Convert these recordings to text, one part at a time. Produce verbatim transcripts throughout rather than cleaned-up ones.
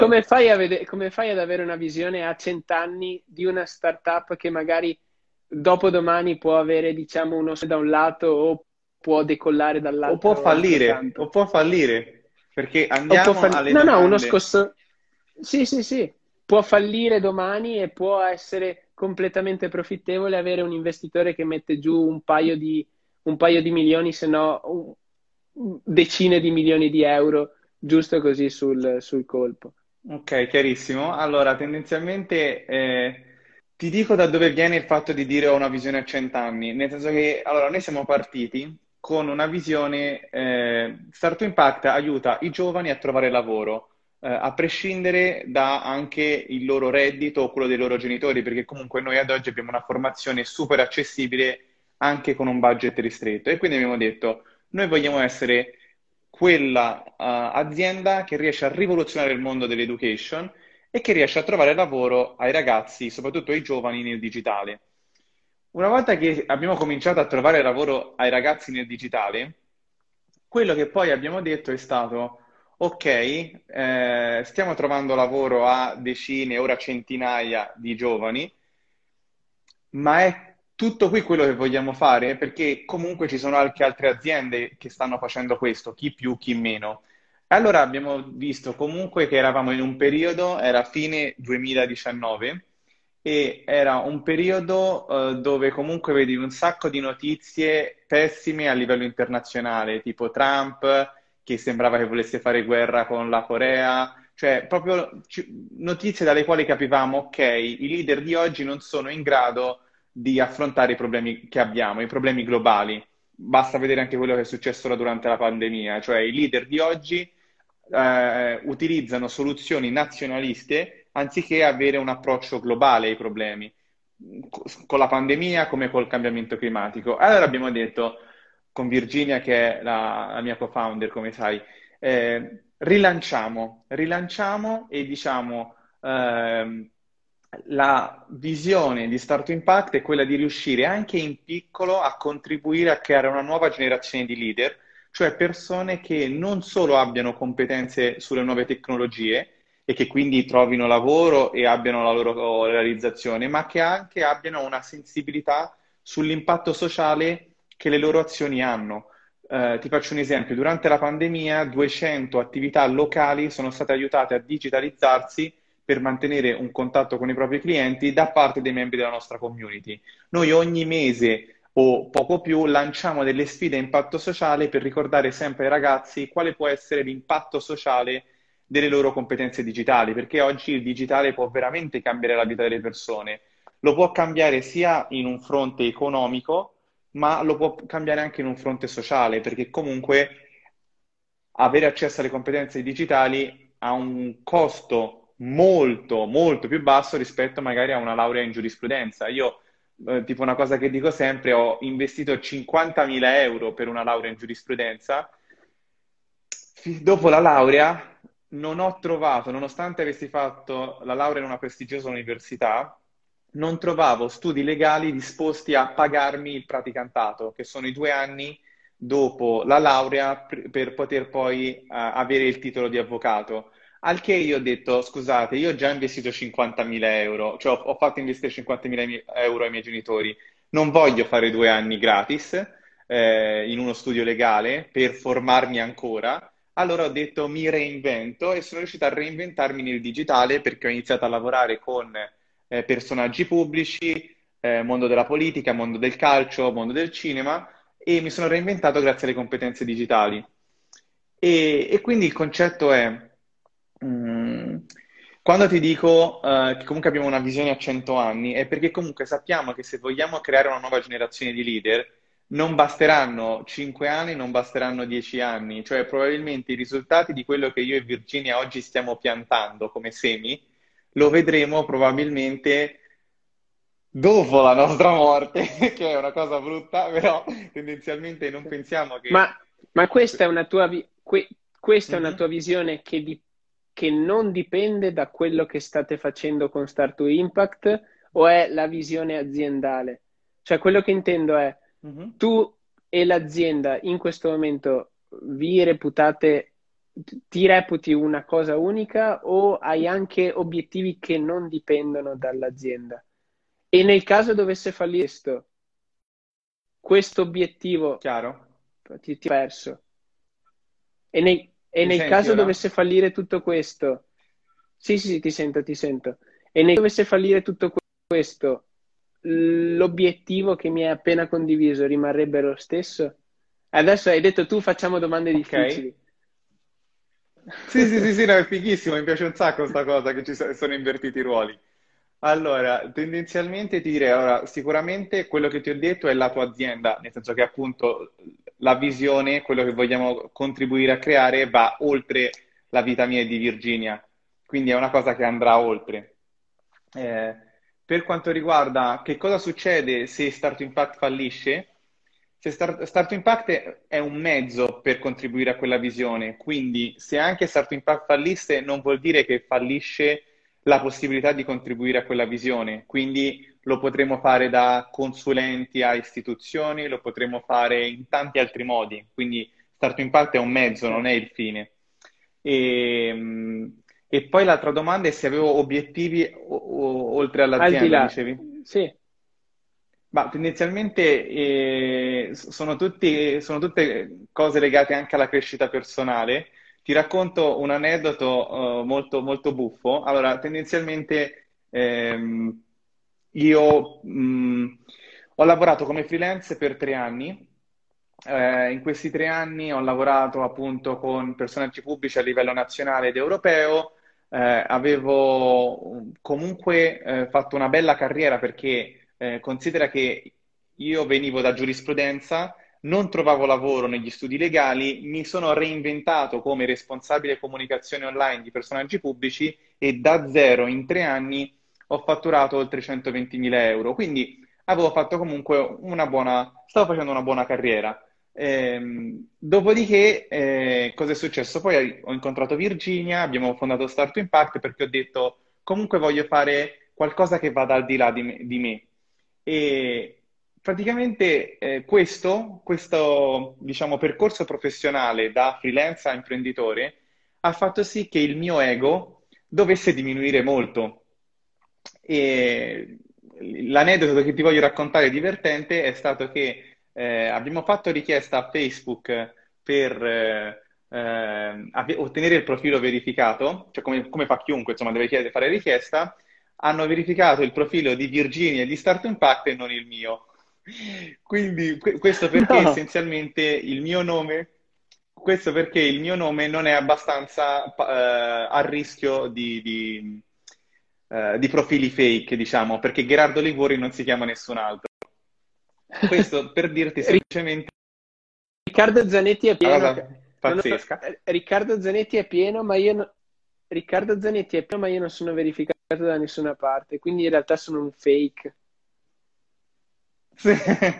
come fai a vede- come fai ad avere una visione a cent'anni di una startup che magari dopodomani può avere, diciamo, uno da un lato o può decollare O può dall'altro fallire, o altrettanto? può fallire, perché O può andiamo fall- alle No, no, uno domande. scosso. Sì, sì, sì. Può fallire domani e può essere completamente profittevole avere un investitore che mette giù un paio di, un paio di milioni, se no un- decine di milioni di euro, giusto così sul, sul colpo. Ok, chiarissimo. Allora, tendenzialmente eh, ti dico da dove viene il fatto di dire ho una visione a cent'anni, nel senso che allora, noi siamo partiti con una visione, eh, Start to Impact aiuta i giovani a trovare lavoro, eh, a prescindere da anche il loro reddito o quello dei loro genitori, perché comunque noi ad oggi abbiamo una formazione super accessibile anche con un budget ristretto. E quindi abbiamo detto, noi vogliamo essere quella eh, azienda che riesce a rivoluzionare il mondo dell'education e che riesce a trovare lavoro ai ragazzi, soprattutto ai giovani, nel digitale. Una volta che abbiamo cominciato a trovare lavoro ai ragazzi nel digitale, quello che poi abbiamo detto è stato, ok, eh, stiamo trovando lavoro a decine, ora centinaia di giovani, ma è tutto qui quello che vogliamo fare? Perché comunque ci sono anche altre aziende che stanno facendo questo, chi più, chi meno. Allora abbiamo visto comunque che eravamo in un periodo, era fine duemiladiciannove, e era un periodo eh, dove comunque vedi un sacco di notizie pessime a livello internazionale, tipo Trump che sembrava che volesse fare guerra con la Corea, cioè proprio ci- notizie dalle quali capivamo, ok, i leader di oggi non sono in grado di affrontare i problemi che abbiamo, i problemi globali. Basta vedere anche quello che è successo ora durante la pandemia, cioè i leader di oggi eh, utilizzano soluzioni nazionaliste anziché avere un approccio globale ai problemi, con la pandemia come col cambiamento climatico. Allora abbiamo detto con Virginia, che è la, la mia co-founder, come sai, eh, rilanciamo, rilanciamo e diciamo ehm, la visione di Start to Impact è quella di riuscire anche in piccolo a contribuire a creare una nuova generazione di leader, cioè persone che non solo abbiano competenze sulle nuove tecnologie e che quindi trovino lavoro e abbiano la loro realizzazione, ma che anche abbiano una sensibilità sull'impatto sociale che le loro azioni hanno. Eh, ti faccio un esempio, durante la pandemia duecento attività locali sono state aiutate a digitalizzarsi per mantenere un contatto con i propri clienti da parte dei membri della nostra community. Noi ogni mese o poco più lanciamo delle sfide a impatto sociale per ricordare sempre ai ragazzi quale può essere l'impatto sociale delle loro competenze digitali, perché oggi il digitale può veramente cambiare la vita delle persone. Lo può cambiare sia in un fronte economico, ma lo può cambiare anche in un fronte sociale, perché comunque avere accesso alle competenze digitali ha un costo molto, molto più basso rispetto magari a una laurea in giurisprudenza. Io, eh, tipo una cosa che dico sempre, ho investito cinquantamila euro per una laurea in giurisprudenza. Fi- Dopo la laurea non ho trovato, nonostante avessi fatto la laurea in una prestigiosa università, non trovavo studi legali disposti a pagarmi il praticantato, che sono i due anni dopo la laurea pr- per poter poi eh, avere il titolo di avvocato. Al che io ho detto, scusate, io ho già investito cinquantamila euro, cioè ho, ho fatto investire cinquantamila mi- euro ai miei genitori, non voglio fare due anni gratis eh, in uno studio legale per formarmi ancora. Allora ho detto mi reinvento e sono riuscito a reinventarmi nel digitale perché ho iniziato a lavorare con eh, personaggi pubblici, eh, mondo della politica, mondo del calcio, mondo del cinema e mi sono reinventato grazie alle competenze digitali. E, e quindi il concetto è, mm, quando ti dico eh, che comunque abbiamo una visione a cento anni, è perché comunque sappiamo che se vogliamo creare una nuova generazione di leader, non basteranno cinque anni, non basteranno dieci anni, cioè probabilmente i risultati di quello che io e Virginia oggi stiamo piantando come semi, lo vedremo probabilmente dopo la nostra morte, che è una cosa brutta, però tendenzialmente non pensiamo che... Ma, ma questa è una tua, vi- que- questa è una Mhm. tua visione che, di- che non dipende da quello che state facendo con Start to Impact o è la visione aziendale? Cioè, quello che intendo è, Mhm. tu e l'azienda in questo momento vi reputate ti reputi una cosa unica o hai anche obiettivi che non dipendono dall'azienda? E nel caso dovesse fallire questo, questo obiettivo Chiaro? ti, ti ho perso. E, nei- e Mi nel senti caso ora? dovesse fallire tutto questo, sì, sì, sì, ti sento, ti sento. E nel caso dovesse fallire tutto que- questo, l'obiettivo che mi hai appena condiviso rimarrebbe lo stesso? Adesso hai detto tu facciamo domande Ok. difficili. Sì, sì, sì, sì, no, è fighissimo, mi piace un sacco sta cosa che ci so- sono invertiti i ruoli. Allora, tendenzialmente ti direi, allora, sicuramente quello che ti ho detto è la tua azienda, nel senso che appunto la visione, quello che vogliamo contribuire a creare va oltre la vita mia e di Virginia, quindi è una cosa che andrà oltre. Eh, per quanto riguarda che cosa succede se Start Impact fallisce, se Start, Start Impact è un mezzo per contribuire a quella visione, quindi se anche Start Impact fallisse non vuol dire che fallisce la possibilità di contribuire a quella visione, quindi lo potremo fare da consulenti a istituzioni, lo potremo fare in tanti altri modi, quindi Start Impact è un mezzo, non è Certo. il fine. E, mh, e poi l'altra domanda è se avevo obiettivi o- o- oltre Al di all'azienda, là, dicevi? sì, Ma tendenzialmente eh, sono tutti- sono tutte cose legate anche alla crescita personale. Ti racconto un aneddoto eh, molto, molto buffo. Allora, tendenzialmente ehm, io mh, ho lavorato come freelance per tre anni. Eh, in questi tre anni ho lavorato appunto con personaggi pubblici a livello nazionale ed europeo. Eh, avevo comunque eh, fatto una bella carriera perché eh, considera che io venivo da giurisprudenza, non trovavo lavoro negli studi legali, mi sono reinventato come responsabile comunicazione online di personaggi pubblici e da zero in tre anni ho fatturato oltre centoventimila euro. Quindi avevo fatto comunque una buona, stavo facendo una buona carriera. Ehm, dopodiché, eh, cosa è successo? Poi ho incontrato Virginia, abbiamo fondato Start to Impact perché ho detto comunque voglio fare qualcosa che vada al di là di me. Di me. E praticamente eh, questo, questo, diciamo, percorso professionale da freelance a imprenditore ha fatto sì che il mio ego dovesse diminuire molto. E l'aneddoto che ti voglio raccontare divertente è stato che eh, abbiamo fatto richiesta a Facebook per eh, eh, ave- ottenere il profilo verificato, cioè come, come fa chiunque, insomma, deve chiedere, fare richiesta. Hanno verificato il profilo di Virginia e di Start Impact e non il mio. Quindi que- questo perché no, essenzialmente il mio nome, questo perché il mio nome non è abbastanza pa- eh, a rischio di, di, eh, di profili fake, diciamo, perché Gerardo Liguori non si chiama nessun altro. Questo per dirti semplicemente Riccardo Zanetti è una pieno. cosa non ho- pazzesca. eh, Riccardo Zanetti è pieno, ma io no- Riccardo Zanetti è pieno, ma io non sono verificato da nessuna parte, quindi in realtà sono un fake. Sì.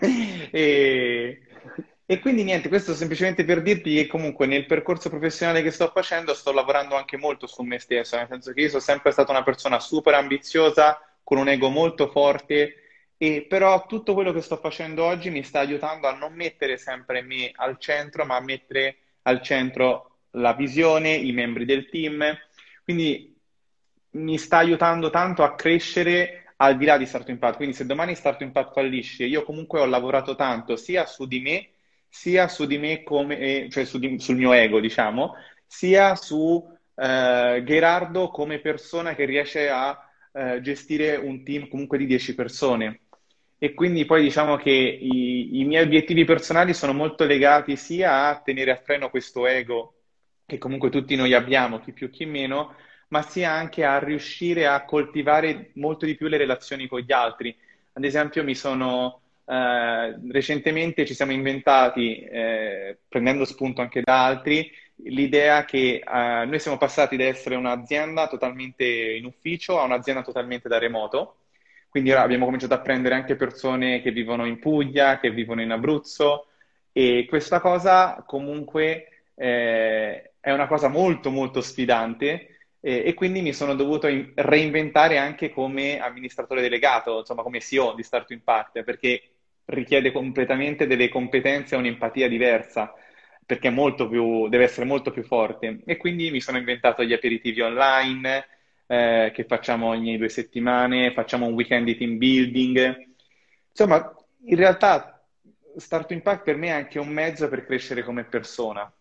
E, e quindi niente, questo semplicemente per dirti che comunque nel percorso professionale che sto facendo sto lavorando anche molto su me stesso, nel senso che io sono sempre stata una persona super ambiziosa, con un ego molto forte, e però tutto quello che sto facendo oggi mi sta aiutando a non mettere sempre me al centro, ma a mettere al centro la visione, i membri del team. Quindi mi sta aiutando tanto a crescere al di là di Startup Impact. Quindi se domani Startup Impact fallisce, io comunque ho lavorato tanto sia su di me, sia su di me come, eh, cioè su di- sul mio ego, diciamo, sia su eh, Gerardo come persona che riesce a eh, gestire un team comunque di dieci persone. E quindi poi diciamo che i, i miei obiettivi personali sono molto legati sia a tenere a freno questo ego che comunque tutti noi abbiamo, chi più chi meno, ma sia anche a riuscire a coltivare molto di più le relazioni con gli altri. Ad esempio, mi sono eh, recentemente ci siamo inventati, eh, prendendo spunto anche da altri, l'idea che eh, noi siamo passati da essere un'azienda totalmente in ufficio a un'azienda totalmente da remoto. Quindi ora abbiamo cominciato a prendere anche persone che vivono in Puglia, che vivono in Abruzzo, e questa cosa comunque eh, è una cosa molto molto sfidante e, e quindi mi sono dovuto in- reinventare anche come amministratore delegato, insomma come C E O di Start to Impact, perché richiede completamente delle competenze e un'empatia diversa. perché è molto più, deve essere molto più forte. E quindi mi sono inventato gli aperitivi online, eh, che facciamo ogni due settimane, facciamo un weekend di team building. Insomma, in realtà Start Impact per me è anche un mezzo per crescere come persona.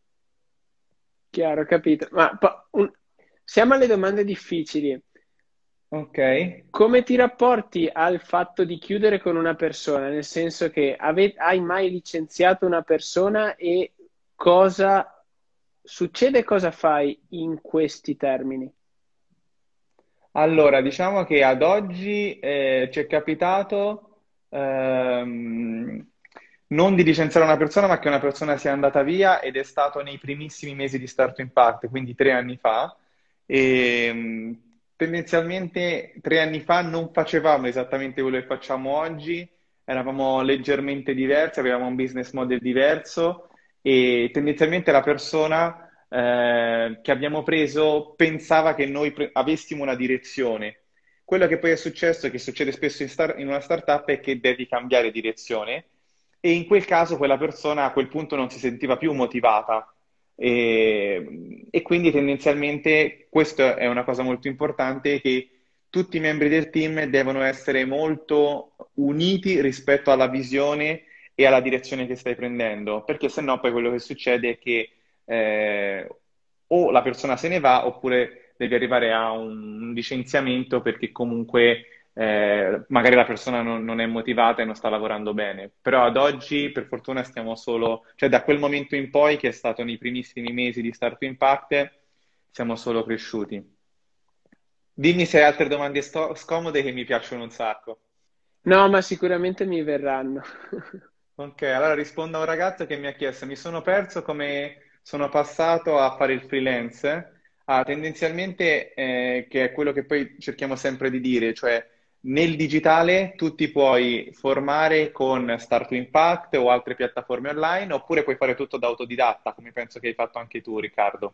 Chiaro, capito. Ma po- un- siamo alle domande difficili. Ok. Come ti rapporti al fatto di chiudere con una persona? Nel senso che ave- hai mai licenziato una persona e cosa succede, cosa fai in questi termini? Allora, diciamo che ad oggi eh, ci è capitato ehm, non di licenziare una persona, ma che una persona sia andata via ed è stato nei primissimi mesi di Start to Impact, quindi tre anni fa. E mh, tendenzialmente tre anni fa non facevamo esattamente quello che facciamo oggi, eravamo leggermente diversi, avevamo un business model diverso e tendenzialmente la persona eh, che abbiamo preso pensava che noi pre- avessimo una direzione. Quello che poi è successo, e che succede spesso in, star- in una startup, è che devi cambiare direzione e in quel caso quella persona a quel punto non si sentiva più motivata e, e quindi tendenzialmente questa è una cosa molto importante che tutti i membri del team devono essere molto uniti rispetto alla visione e alla direzione che stai prendendo, perché sennò poi quello che succede è che eh, o la persona se ne va oppure devi arrivare a un licenziamento perché comunque eh, magari la persona non, non è motivata e non sta lavorando bene. Però ad oggi, per fortuna, stiamo solo, cioè da quel momento in poi, che è stato nei primissimi mesi di Start to Impact, siamo solo cresciuti. Dimmi se hai altre domande sto- scomode che mi piacciono un sacco. No, ma sicuramente mi verranno. Ok, allora rispondo a un ragazzo che mi ha chiesto, mi sono perso come sono passato a fare il freelance. Ah, tendenzialmente, eh, che è quello che poi cerchiamo sempre di dire, cioè nel digitale tu ti puoi formare con Start to Impact o altre piattaforme online, oppure puoi fare tutto da autodidatta, come penso che hai fatto anche tu, Riccardo.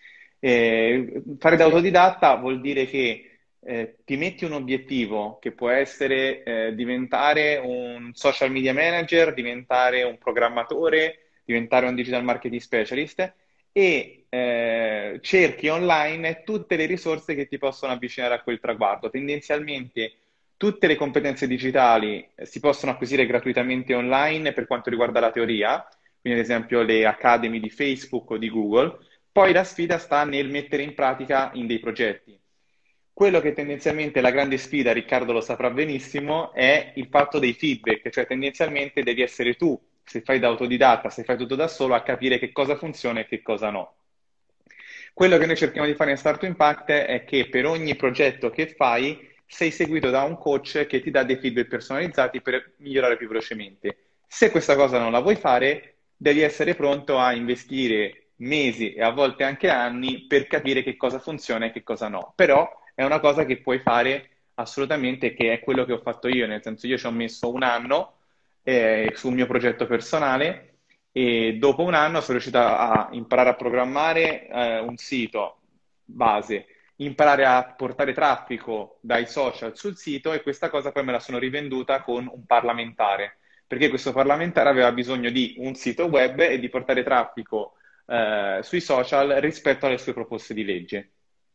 Eh, fare da Sì. autodidatta vuol dire che eh, ti metti un obiettivo che può essere eh, diventare un social media manager, diventare un programmatore, diventare un digital marketing specialist e eh, cerchi online tutte le risorse che ti possono avvicinare a quel traguardo. Tendenzialmente tutte le competenze digitali eh, si possono acquisire gratuitamente online per quanto riguarda la teoria, quindi ad esempio le academy di Facebook o di Google. Poi la sfida sta nel mettere in pratica in dei progetti. Quello che tendenzialmente è la grande sfida, Riccardo lo saprà benissimo, è il fatto dei feedback, cioè tendenzialmente devi essere tu, se fai da autodidatta, se fai tutto da solo, a capire che cosa funziona e che cosa no. Quello che noi cerchiamo di fare in Start to Impact è che per ogni progetto che fai sei seguito da un coach che ti dà dei feedback personalizzati per migliorare più velocemente. Se questa cosa non la vuoi fare, devi essere pronto a investire mesi e a volte anche anni per capire che cosa funziona e che cosa no. Però è una cosa che puoi fare assolutamente, che è quello che ho fatto io, nel senso io ci ho messo un anno eh, sul mio progetto personale e dopo un anno sono riuscito a imparare a programmare eh, un sito base, imparare a portare traffico dai social sul sito e questa cosa poi me la sono rivenduta con un parlamentare, perché questo parlamentare aveva bisogno di un sito web e di portare traffico eh, sui social rispetto alle sue proposte di legge.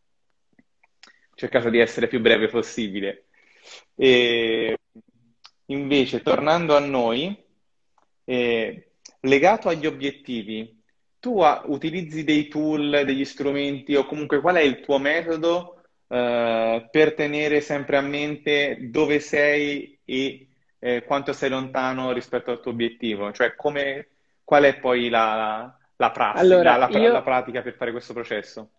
Ho cercato di essere più breve possibile. E invece, tornando a noi, eh, legato agli obiettivi, tu ha- utilizzi dei tool, degli strumenti o comunque qual è il tuo metodo eh, per tenere sempre a mente dove sei e eh, quanto sei lontano rispetto al tuo obiettivo? Cioè, come, qual è poi la, la prassi, la, Allora, la pra- la io, pratica per fare questo processo?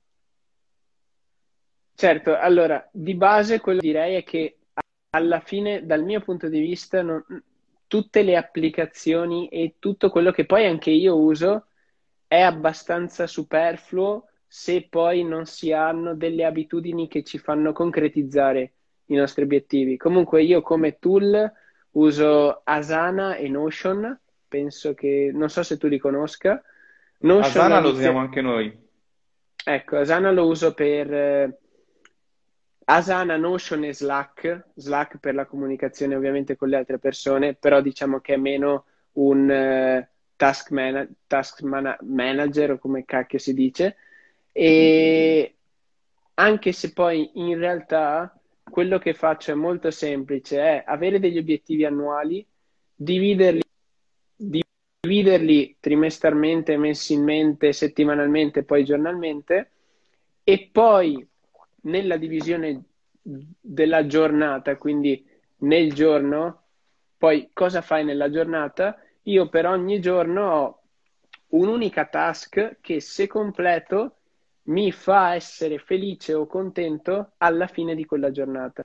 certo, allora, di base quello che direi è che alla fine, dal mio punto di vista, non- tutte le applicazioni e tutto quello che poi anche io uso è abbastanza superfluo se poi non si hanno delle abitudini che ci fanno concretizzare i nostri obiettivi. Comunque io come tool uso Asana e Notion, penso che, non so se tu li conosca. Notion Asana a lo usiamo differenza. anche noi. Ecco, Asana lo uso per eh, Asana, Notion e Slack. Slack per la comunicazione ovviamente con le altre persone, però diciamo che è meno un eh, task, mana- task mana- manager o come cacchio si dice, e anche se poi in realtà quello che faccio è molto semplice, è avere degli obiettivi annuali, dividerli, dividerli trimestralmente, mensilmente, settimanalmente, poi giornalmente, e poi nella divisione della giornata, quindi nel giorno, poi cosa fai nella giornata? Io per ogni giorno ho un'unica task che se completo mi fa essere felice o contento alla fine di quella giornata.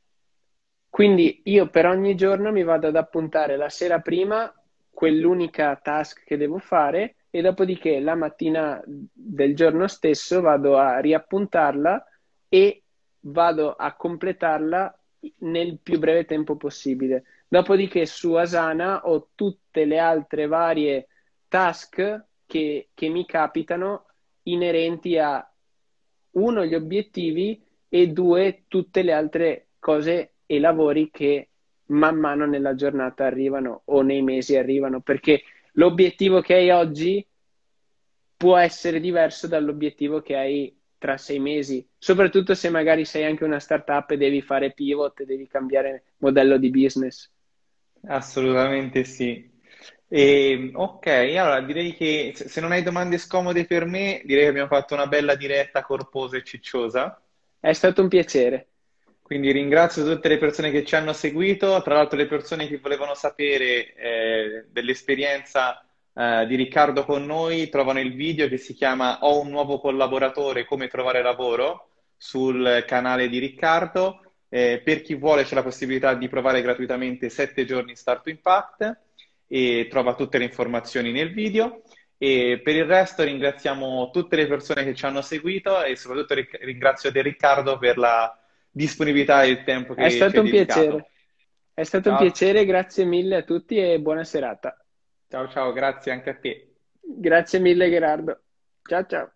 Quindi io per ogni giorno mi vado ad appuntare la sera prima quell'unica task che devo fare e dopodiché la mattina del giorno stesso vado a riappuntarla e vado a completarla nel più breve tempo possibile. Dopodiché su Asana ho tutte le altre varie task che, che mi capitano inerenti a uno, gli obiettivi e due, tutte le altre cose e lavori che man mano nella giornata arrivano o nei mesi arrivano, perché l'obiettivo che hai oggi può essere diverso dall'obiettivo che hai tra sei mesi, soprattutto se magari sei anche una startup e devi fare pivot, devi cambiare modello di business. Assolutamente sì. E, ok, allora direi che se se non hai domande scomode per me, direi che abbiamo fatto una bella diretta corposa e cicciosa. È stato un piacere. Quindi ringrazio tutte le persone che ci hanno seguito, tra l'altro le persone che volevano sapere eh, dell'esperienza eh, di Riccardo con noi trovano il video che si chiama Ho un nuovo collaboratore, come trovare lavoro sul canale di Riccardo. Eh, per chi vuole c'è la possibilità di provare gratuitamente sette giorni Start to Impact e trova tutte le informazioni nel video. E per il resto ringraziamo tutte le persone che ci hanno seguito e soprattutto ric- ringrazio te Riccardo per la disponibilità e il tempo È che ci stato hai un dedicato. piacere. È stato un Ciao, piacere, grazie mille a tutti e buona serata. ciao, ciao, grazie anche a te. Grazie mille Gerardo. Ciao ciao.